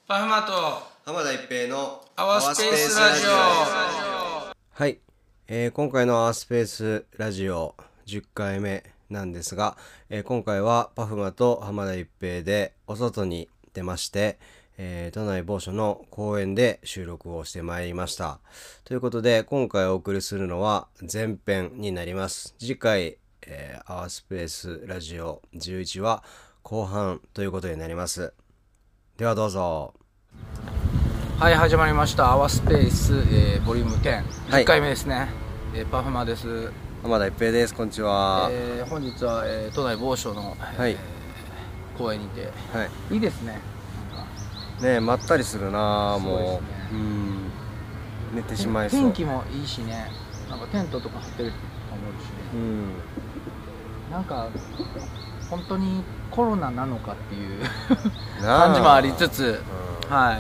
パフマと浜田一平のアワスペースラジオ。 はい、今回のアワスペースラジオ10回目なんですが、今回はパフマと浜田一平でお外に出まして、都内某所の公園で収録をしてまいりました。ということで今回お送りするのは前編になります。次回、アワスペースラジオ11は後半ということになります。ではどうぞ。 はい、始まりましたアワスペース、ボリューム10、 はい 10回目ですね。パフマです。 浜田一平です。こんにちは。 本日は、都内某所の、 はい、 公園にて、 はい、 いいですね。 ねえ、まったりするな。もう、 そうですね。 寝てしまいそう。 天気もいいしね、なんかテントとか張ってると思うしね、なんか本当にコロナなのかっていう感じもありつつ、はい、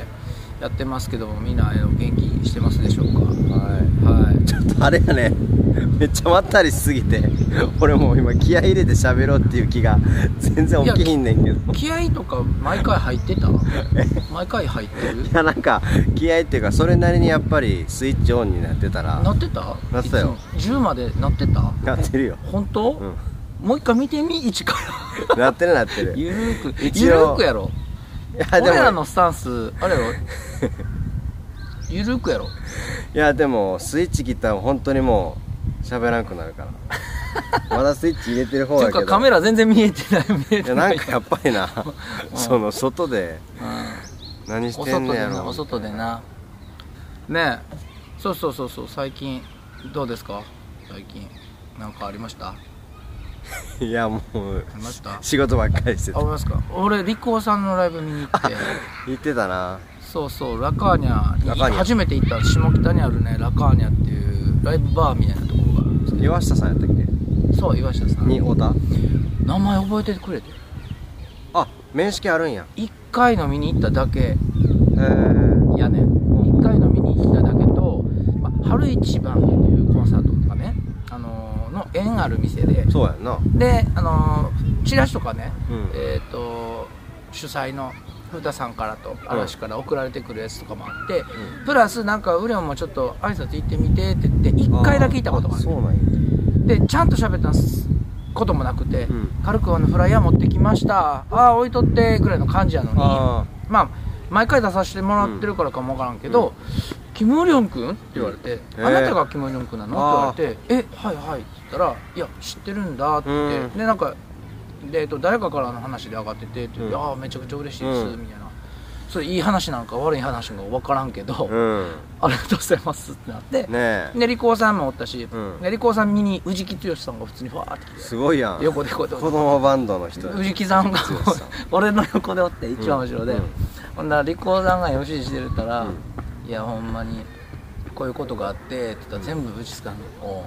やってますけども、みんな元気してますでしょうか。はい、 ちょっとあれやね、めっちゃまったりしすぎて俺もう今気合い入れて喋ろうっていう気が全然起きひんねんけど。 気合とか毎回入ってた毎回入ってる。 いや、なんか気合いっていうか、それなりにやっぱりスイッチオンになってたら。 なってた。 なってたよ。 10までなってた。 なってるよ。 本当、もう一回見てみ、1からなってるなってる。 ゆるーくやろ。 いやでも俺らのスタンスあれやろゆるーくやろ。 いやでもスイッチ切ったら本当にもう喋らんくなるからまだスイッチ入れてる方やけど。 ていうかカメラ全然見えてない。 いや、なんかやっぱりなその外で何してんねやろ。 お外でな。ねえ、そう最近どうですか。最近なんかありました？ いやもうありました。 仕事ばっかりしてありますか。俺リコーさんのライブ見に行って言ってたな。 そうラカーニャに初めて行った。下北にあるね、ラカーニャっていうライブバーみたいなところがあるんですけど。 岩下さんやったっけ。 そう、岩下さんに会うた。 名前覚えててくれて。 あ、面識あるんや。 1回飲みに行っただけいやねん。1回飲みに行っただけと、春一番っていうコンサートとかね、の縁ある店で。 そうやんな。 で、チラシとかね、主催の古田さんからと嵐から送られてくるやつとかもあって、プラスなんかウレオンもちょっと挨拶行ってみてって言って1回だけ行ったことがある。 そうなんや。 でちゃんと喋ったこともなくて、軽くフライヤー持ってきました、置いとってぐらいの感じやのに、毎回出させてもらってるからかもわからんけど、キム・ウリョン君って言われて、あなたがキム・ウリョン君なのって言われて、はいはいって言ったら、いや知ってるんだって言って、でなんかで誰かからの話で上がっててって言って、めちゃくちゃ嬉しいですみたいな。それいい話なのか悪い話なのか分からんけど、ありがとうございますってなって、でリコーさんもおったし、リコーさん見に宇治木剛さんが普通にファーって来て、 すごいやん。 横でこうやって子供バンドの人。 宇治木さんが俺の横でおって一番後ろで、ほんならリコーさんがよししてるからいやほんまにこういうことがあってって言ったら、全部宇治さんの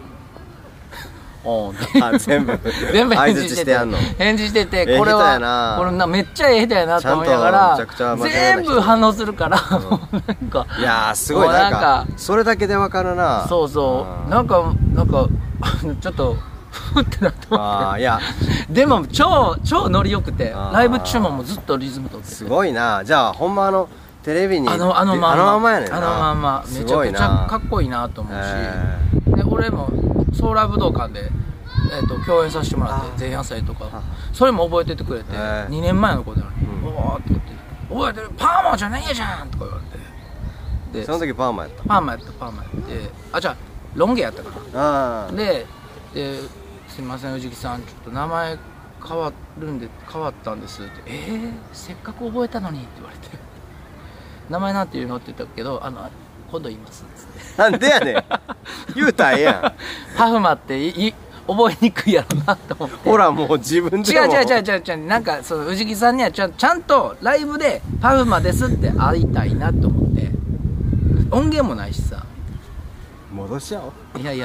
全部返事してて、これはめっちゃええ下手やなと思いながら全部反応するからなんか、 いやーすごい、なんかそれだけでわかるな。 そうなんかちょっとふってなって思って。いやでも超ノリよくて、ライブ中もずっとリズムとってて、 すごいな。じゃあほんまテレビにあのままやねんな。あのままめちゃくちゃかっこいいなと思うし、で俺もソーラー武道館で、共演させてもらって、前夜祭とかそれも覚えててくれて、2年前の子だよね。おーって言って「覚えてる、パーマじゃないじゃん」とか言われて、 でその時パーマやった。 パーマやってじゃあロン毛やったかな。ですいません宇治木さん、ちょっと名前変わったんですって。せっかく覚えたのにって言われて、名前なんて言うのって言ったけど、今度言いますっつって。 なんでやねん言うたらええやんパフマって覚えにくいやろなと思って。 ほらもう自分でも違う、なんかその宇治木さんにはちゃんとライブでパフマですって会いたいなと思って。音源もないしさ、 戻しちゃおう。 いや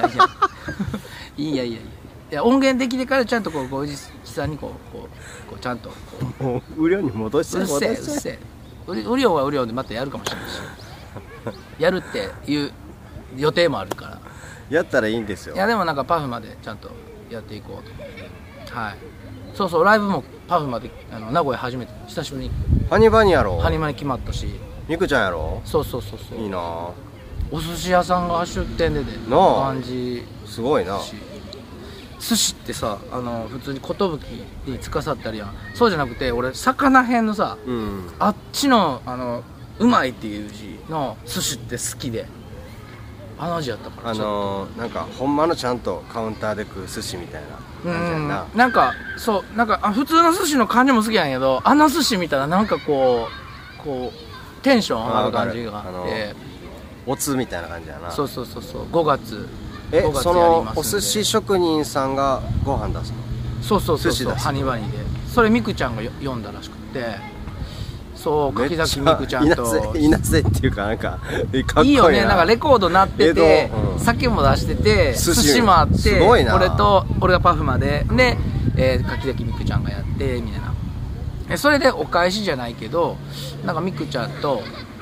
音源できてからちゃんと宇治木さんにちゃんともう無料に戻しちゃう。 うっせえウリオンはウリオンでまたやるかもしれないし、やるっていう予定もあるから、 やったらいいんですよ。 いやでもなんかパフまでちゃんとやっていこうと思って、はい。 そうそう、ライブもパフまで名古屋初めて久しぶりにハニバニやろ。 ハニバニ決まったし、 みくちゃんやろ。 そうそうそうそう、 いいな。 お寿司屋さんが出店でなあ感じすごいな。 し、寿司ってさ普通に寿に司ってあるやん。そうじゃなくて俺魚編のさ、 うん。 あっちのうまいっていう字の寿司って好きで、味やったからなんかほんまのちゃんとカウンターで食う寿司みたいな感じやんな。 なんかそうなんか普通の寿司の感じも好きやんやけど、寿司見たらなんかこうテンション上がる感じがあって、 おつみたいな感じやな。 そうそうそうそう。5月そのお寿司職人さんがご飯出すの。 そうそうそうそう、 寿司出すハニバニでそれみくちゃんが読んだらしくて、そう柿崎みくちゃんといなせっていうかなんかかっこいいな。 いいよね。なんかレコード鳴ってて、酒も出してて寿司もあって、 すごいな。 俺がパフまで柿崎みくちゃんがやってみたいな。それでお返しじゃないけど、なんかみくちゃんと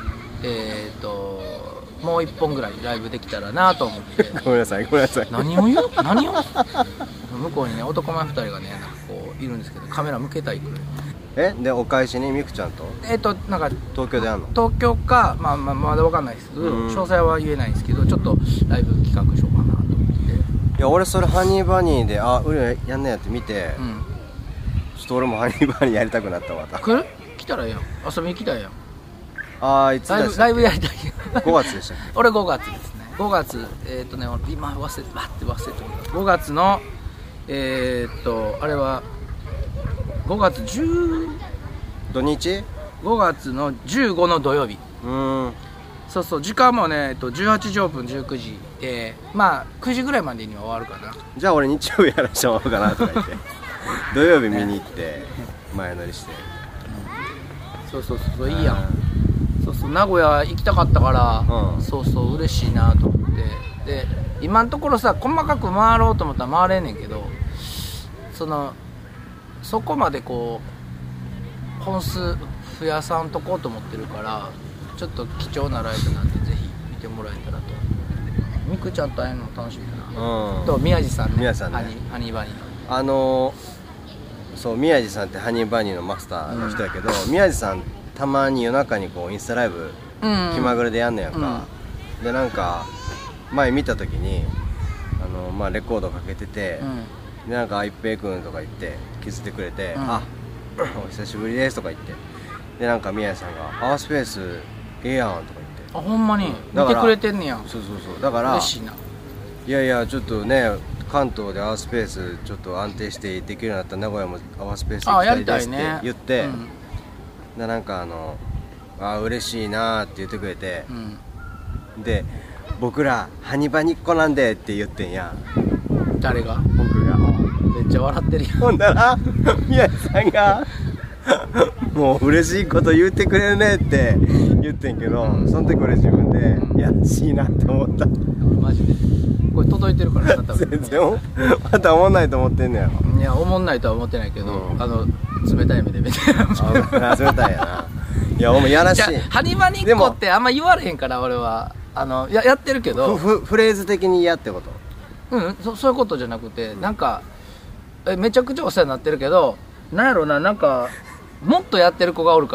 もう一本ぐらいライブできたらなと思ってごめんなさいごめんなさい。 何を向こうにね男前2人がねなんかこういるんですけど、カメラ向けたいくらい。 でお返しにみくちゃんとなんか東京でやんの。 東京かまだ分かんないですけど、詳細は言えないんですけど、ちょっとライブ企画しようかなと思って。 いや俺それハニーバニーで俺やんねやって見て、ちょっと俺もハニーバニーやりたくなったわ。 来たらええやん、遊びに来たらええやん。 いつでしたっけ。 ライブやりたい 5月でしたっけ。 俺5月ですね。5月今忘れて5月のあれは5月10 土日 5月の15の土曜日。そうそう、時間もね18時オープン19時で、まあ9時ぐらいまでには終わるかな。 じゃあ俺日曜日やらしてもらおうかなとか言って土曜日見に行って前乗りして、 そうそうそういいやん。そうそう名古屋行きたかったから、そうそう嬉しいなと思って。で今のところさ細かく回ろうと思ったら回れんねんけど、そこまでこう本数増やさんとこうと思ってるから、ちょっと貴重なライブなんでぜひ見てもらえたらと。みくちゃんと会えるのも楽しみだな、と宮地さんね。ハニーバニーのそう宮地さんってハニーバニーのマスターの人やけど、宮地さんたまに夜中にこうインスタライブ気まぐれでやんねやんか、でなんか前見た時にレコードかけてて、でなんか一平君とか言って気づいてくれて、お久しぶりですとか言って、でなんか宮地さんがスペースええやんとか言って、 ほんまに見てくれてんねや。 そうそうそう、だから嬉しいな。 いやいやちょっとね関東でアワースペースちょっと安定してできるようになったら名古屋もアワースペース行きたいですって言って、でなんか嬉しいなって言ってくれて、で僕らハニバニっ子なんでって言ってんや。 誰が？ 僕が。 めっちゃ笑ってるよ。 ほんなら宮地さんがもう嬉しいこと言ってくれるねって言ってんけど、その時俺自分でやらしいなって思った。 マジでこれ届いてるからな。 全然また思んないと思ってんねやろ。 いや思んないとは思ってないけど、冷たい目で見てる。 冷たいやな。いやお前やらしい。 ハニバニっ子ってあんま言われへんから俺はやってるけど、 フレーズ的に嫌ってこと？ そういうことじゃなくて、なんかめちゃくちゃお世話になってるけど、なんやろな、なんかもっとやってる子がおるから、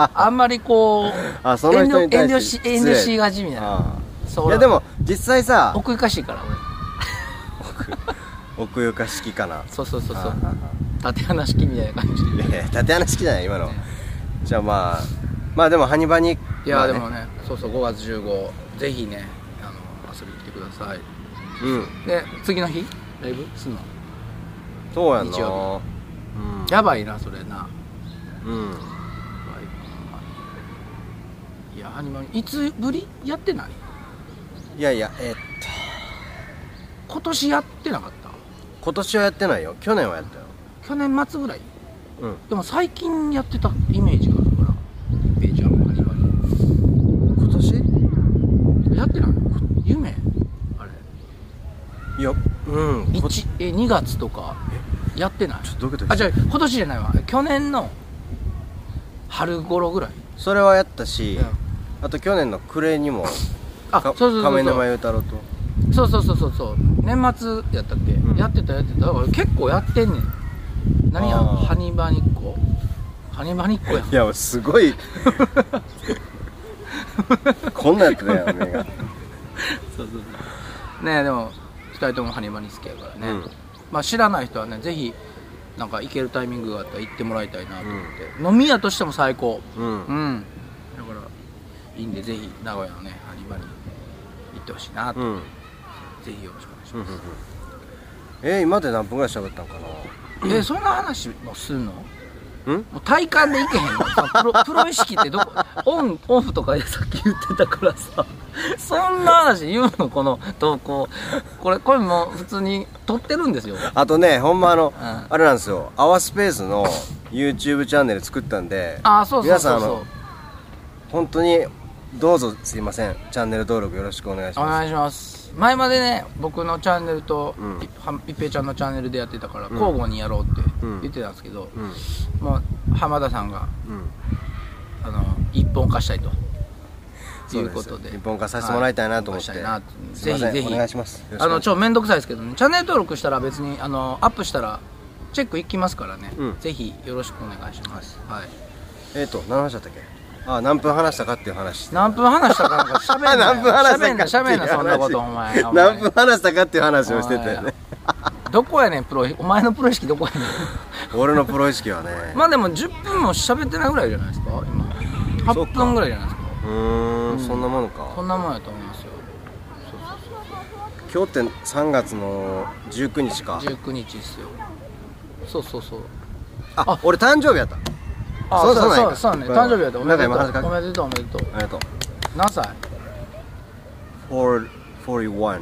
あんまりこう遠慮しがちみたいな。 いやでも実際さ奥ゆかしいから俺奥ゆかしきかな。 そう縦穴式みたいな感じで。 縦穴式じゃない今の。じゃあまあでもハニバニ、 いやでもね、そう5月15ぜひね遊びに来てください。で次の日ライブすんの？ そうやんな。 日曜日。やばいなそれな。いやハニバニいつぶりやってない？ いや今年やってなかった？ 今年はやってないよ。去年はやったよ。 去年末ぐらい。でも最近やってたイメージがあるから。ペイちゃんハニバニ今年やってない？夢あれ。 いや 2月とかやってない？ ちょっとドキドキ。 じゃあ今年じゃないわ、去年の春頃ぐらい。 それはやったし、あと去年の暮れにもそう亀沼雄太郎とそう年末やったっけ、やってただから結構やってんねん。 何やハニバニッコやん。 いやすごいこんなんやったね目がそうね。でも2人ともハニバニ好きやからね、まあ知らない人はねぜひなんか行けるタイミングがあったら行ってもらいたいなと思って、飲み屋としても最高。だからいいんでぜひ名古屋のねハニバニ行ってほしいなと、ぜひよろしくお願いします。 今で何分ぐらい喋ったんかな。 そんな話もすんの？もう体感でいけへんの？プロ意識ってどこオフとかでさっき言ってたからさそんな話言うの？この投稿これもう普通に撮ってるんですよ。 あとねほんまあれなんですよ、アワースペースの YouTube チャンネル作ったんで、皆さん本当にどうぞすいません、チャンネル登録よろしくお願いします。 お願いします。前までね僕のチャンネルと一平ちゃんのチャンネルでやってたから交互にやろうって言ってたんですけど、もう浜田さんが一本化したいということで一本化させてもらいたいなと思って、 ぜひぜひお願いします。 めんどくさいですけどね、チャンネル登録したら別にアップしたらチェックいきますからね、ぜひよろしくお願いします。 何話だったっけ？何分話したかっていう話。 何分話したかなんか喋んな何分話したか喋んなそんなことお前何分話したかっていう話をしてたよね。 どこやねんお前のプロ意識どこやねん俺のプロ意識はねまあでも10分も喋ってないぐらいじゃないですか今。8分ぐらいじゃないですか。 そんなものか。 そんなもんやと思いますよ。 今日って3月の19日か。 19日っすよ。そう俺誕生日やった。 そうね、誕生日やった。おめでとう。 おめでとう。 何歳 ？41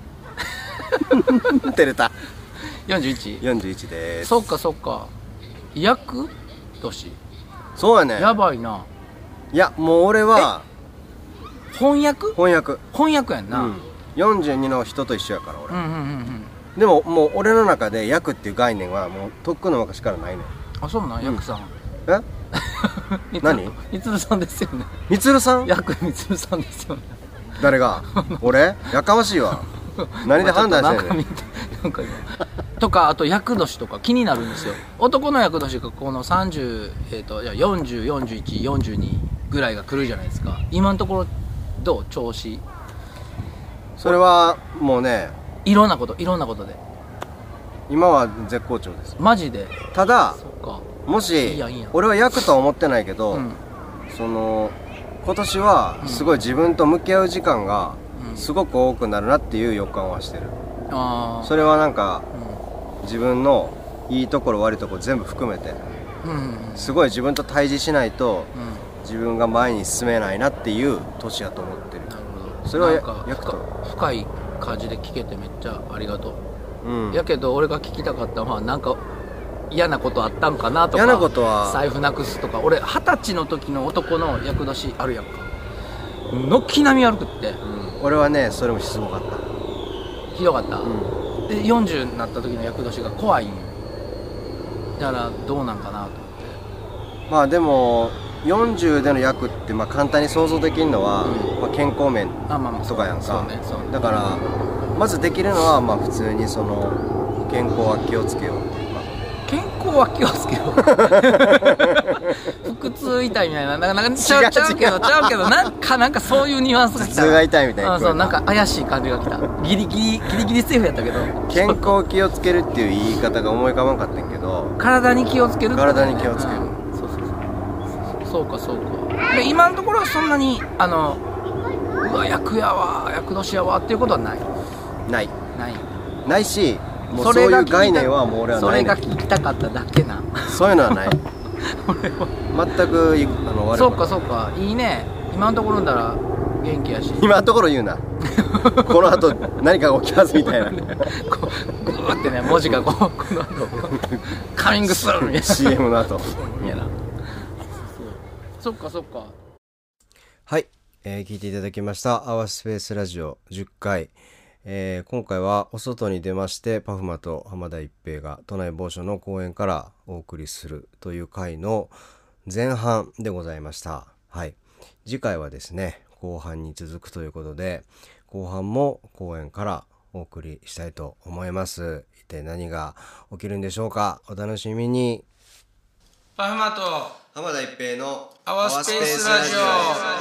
照れた。 41です。 そっか厄年。 そうやね。 やばいな。 いやもう俺は翻訳やんな。 42の人と一緒やから俺。でももう俺の中で厄っていう概念はもうとっくの昔からないね。 そうなん厄さん。 何？ みつるさんですよね。 みつるさん？ 厄みつるさんですよね。 誰が？俺？やかましいわ。何で判断してんの？ なんかとかあと厄年とか気になるんですよ。男の厄年がこの30、40、41、42ぐらいが来るじゃないですか。今のところどう調子？ それはもうね、 いろんなことで今は絶好調です。 マジで。 ただそっか。 もし俺は役とは思ってないけど、今年はすごい自分と向き合う時間がすごく多くなるなっていう予感はしてる。それはなんか、自分のいいところ悪いところ全部含めて、すごい自分と対峙しないと、自分が前に進めないなっていう年やと思ってる。 なるほど。 それは役と深い感じで聞けてめっちゃありがとう。やけど俺が聞きたかったのはなんか嫌なことあったんかなとか。 嫌なことは財布なくすとか。俺20歳の時の男の厄年あるやんか。軒並み悪くって、 俺はねそれもすごかった。 ひどかった。で40になった時の厄年が怖いんだからどうなんかなと思って。 まあでも40での役って簡単に想像できるのは、健康面とかやんか。だからまずできるのは普通に健康は気をつけようっていうか。 健康は気をつけよう腹痛痛いみたいななんかちゃうけどなんかそういうニュアンスが来た。 頭痛が痛いみたいな。 なんか怪しい感じが来た。ギリギリセーフやったけど。 健康気をつけるっていう言い方が思い浮かばんかったんやけど。 体に気をつけるって、 体に気をつける。 そうかで今のところはそんなにうわ厄年やわっていうことはないし、もうそういう概念はもう俺はない。 それが聞きたかっただけな。 そういうのはない全く悪くない。そうかいいね。今のところなら元気やし。 今のところ言うなこの後何かが起きますみたいなグーってね文字がこの後カミングスーンみたいな CM の後いやな。そっかはい、聞いていただきましたアワースペースラジオ10回、今回はお外に出ましてパフマと浜田一平が都内某所の公園からお送りするという回の前半でございました。はい、次回はですね後半に続くということで後半も公園からお送りしたいと思います。 って何が起きるんでしょうか。お楽しみに。 パフマと浜田一平のアワースペースラジオ。